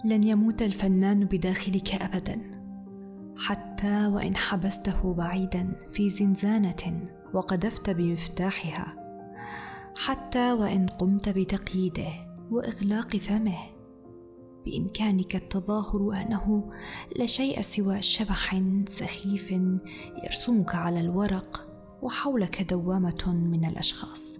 لن يموت الفنان بداخلك أبدا، حتى وإن حبسته بعيدا في زنزانة وقذفت بمفتاحها، حتى وإن قمت بتقييده وإغلاق فمه. بإمكانك التظاهر أنه لا شيء سوى شبح سخيف يرسمك على الورق وحولك دوامة من الأشخاص.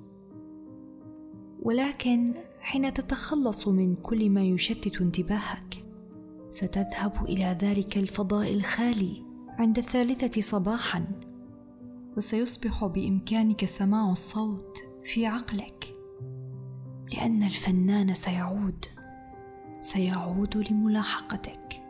ولكن حين تتخلص من كل ما يشتت انتباهك، ستذهب إلى ذلك الفضاء الخالي عند 3 صباحا، وسيصبح بإمكانك سماع الصوت في عقلك، لأن الفنان سيعود لملاحقتك.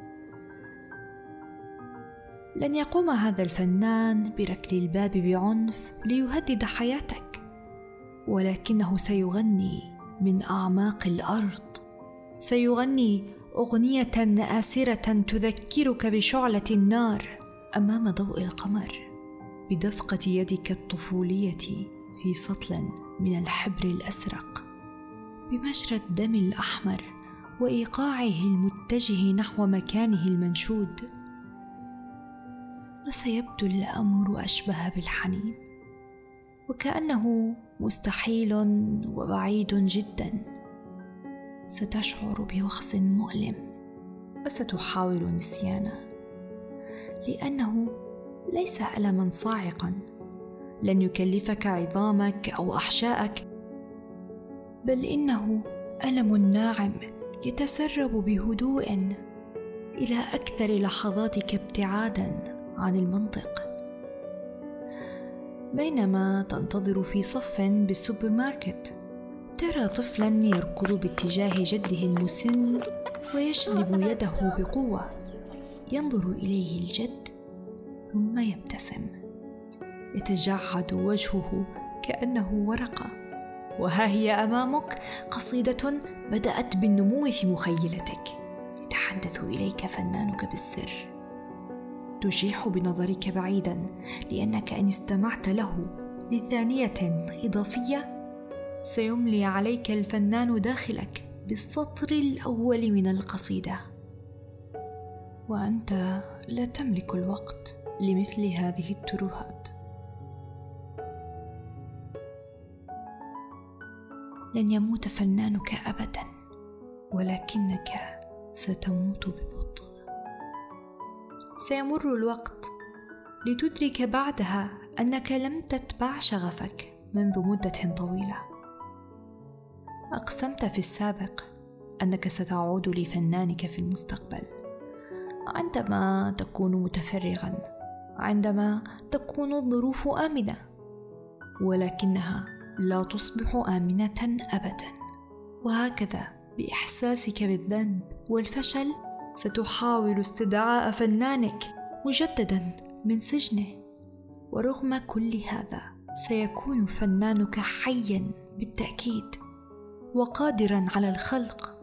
لن يقوم هذا الفنان بركل الباب بعنف ليهدد حياتك، ولكنه سيغني من أعماق الأرض، سيغني أغنية آسرة تذكرك بشعلة النار أمام ضوء القمر، بدفقة يدك الطفولية في سطل من الحبر الأزرق، بمجرى الدم الأحمر وإيقاعه المتجه نحو مكانه المنشود. وسيبدو الأمر أشبه بالحنين، وكأنه مستحيل وبعيد جدا. ستشعر بوخز مؤلم وستحاول نسيانه، لأنه ليس ألما صاعقا لن يكلفك عظامك أو أحشائك، بل إنه ألم ناعم يتسرب بهدوء إلى أكثر لحظاتك ابتعادا عن المنطق. بينما تنتظر في صف بالسوبر ماركت، ترى طفلا يركض باتجاه جده المسن ويجذب يده بقوة. ينظر إليه الجد ثم يبتسم، يتجعد وجهه كأنه ورقة. وها هي أمامك قصيدة بدأت بالنمو في مخيلتك، يتحدث إليك فنانك بالسر. تشيح بنظرك بعيدا، لأنك إن استمعت له لثانية إضافية سيملي عليك الفنان داخلك بالسطر الأول من القصيدة، وأنت لا تملك الوقت لمثل هذه الترهات. لن يموت فنانك أبدا، ولكنك ستموت ببطء. سيمر الوقت لتدرك بعدها أنك لم تتبع شغفك منذ مدة طويلة. أقسمت في السابق أنك ستعود لفنانك في المستقبل، عندما تكون متفرغا، عندما تكون الظروف آمنة، ولكنها لا تصبح آمنة أبدا. وهكذا بإحساسك بالذنب والفشل ستحاول استدعاء فنانك مجددا من سجنه، ورغم كل هذا سيكون فنانك حيا بالتأكيد وقادرا على الخلق،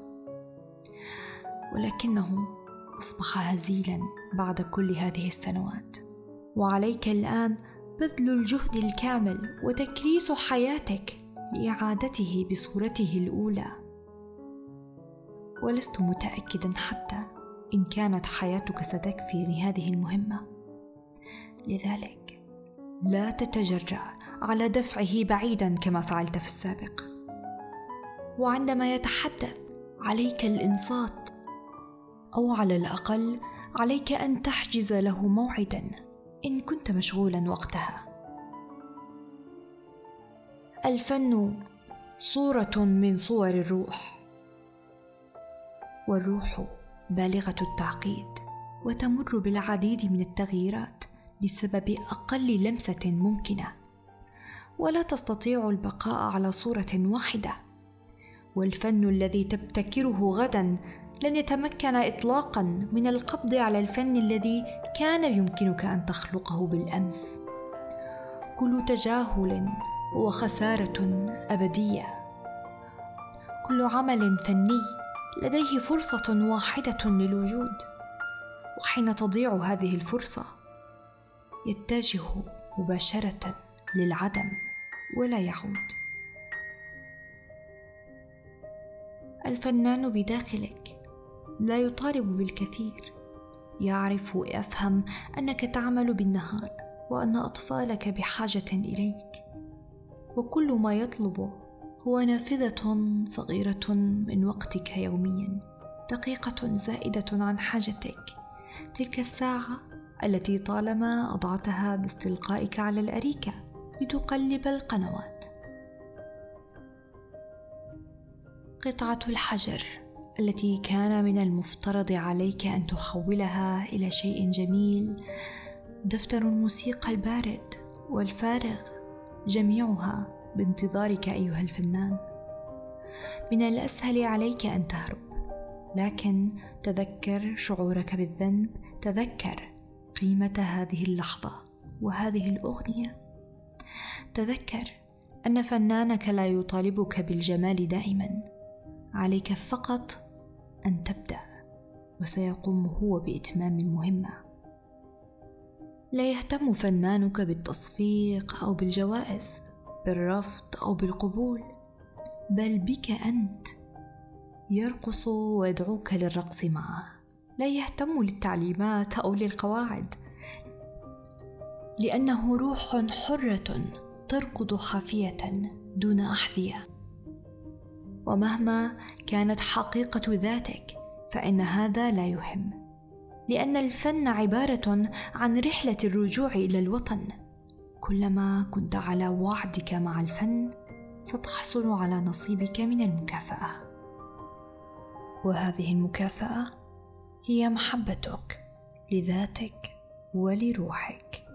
ولكنه أصبح هزيلا بعد كل هذه السنوات. وعليك الآن بذل الجهد الكامل وتكريس حياتك لإعادته بصورته الأولى. ولست متأكدا حتى إن كانت حياتك ستكفي لهذه المهمة، لذلك لا تتجرأ على دفعه بعيدا كما فعلت في السابق. وعندما يتحدث عليك الإنصات، أو على الأقل عليك أن تحجز له موعدا إن كنت مشغولا وقتها. الفن صورة من صور الروح، والروح بالغة التعقيد وتمر بالعديد من التغييرات بسبب أقل لمسة ممكنة، ولا تستطيع البقاء على صورة واحدة. والفن الذي تبتكره غدا لن يتمكن إطلاقا من القبض على الفن الذي كان يمكنك أن تخلقه بالأمس. كل تجاهل هو خسارة أبدية. كل عمل فني لديه فرصة واحدة للوجود، وحين تضيع هذه الفرصة يتجه مباشرة للعدم ولا يعود. الفنان بداخلك لا يطالب بالكثير، يعرف ويفهم أنك تعمل بالنهار وأن أطفالك بحاجة إليك، وكل ما يطلبه هو نافذة صغيرة من وقتك يوميا، دقيقة زائدة عن حاجتك، تلك الساعة التي طالما أضعتها باستلقائك على الأريكة لتقلب القنوات. قطعة الحجر التي كان من المفترض عليك أن تحولها إلى شيء جميل، دفتر الموسيقى البارد والفارغ، جميعها بانتظارك أيها الفنان. من الأسهل عليك أن تهرب، لكن تذكر شعورك بالذنب، تذكر قيمة هذه اللحظة وهذه الأغنية، تذكر أن فنانك لا يطالبك بالجمال دائما، عليك فقط أن تبدأ وسيقوم هو بإتمام المهمة. لا يهتم فنانك بالتصفيق أو بالجوائز، بالرفض أو بالقبول، بل بك أنت. يرقص ويدعوك للرقص معه، لا يهتم للتعليمات أو للقواعد، لأنه روح حرة تركض حافية دون أحذية. ومهما كانت حقيقة ذاتك فإن هذا لا يهم، لأن الفن عبارة عن رحلة الرجوع إلى الوطن. كلما كنت على وعدك مع الفن ستحصل على نصيبك من المكافأة، وهذه المكافأة هي محبتك لذاتك ولروحك.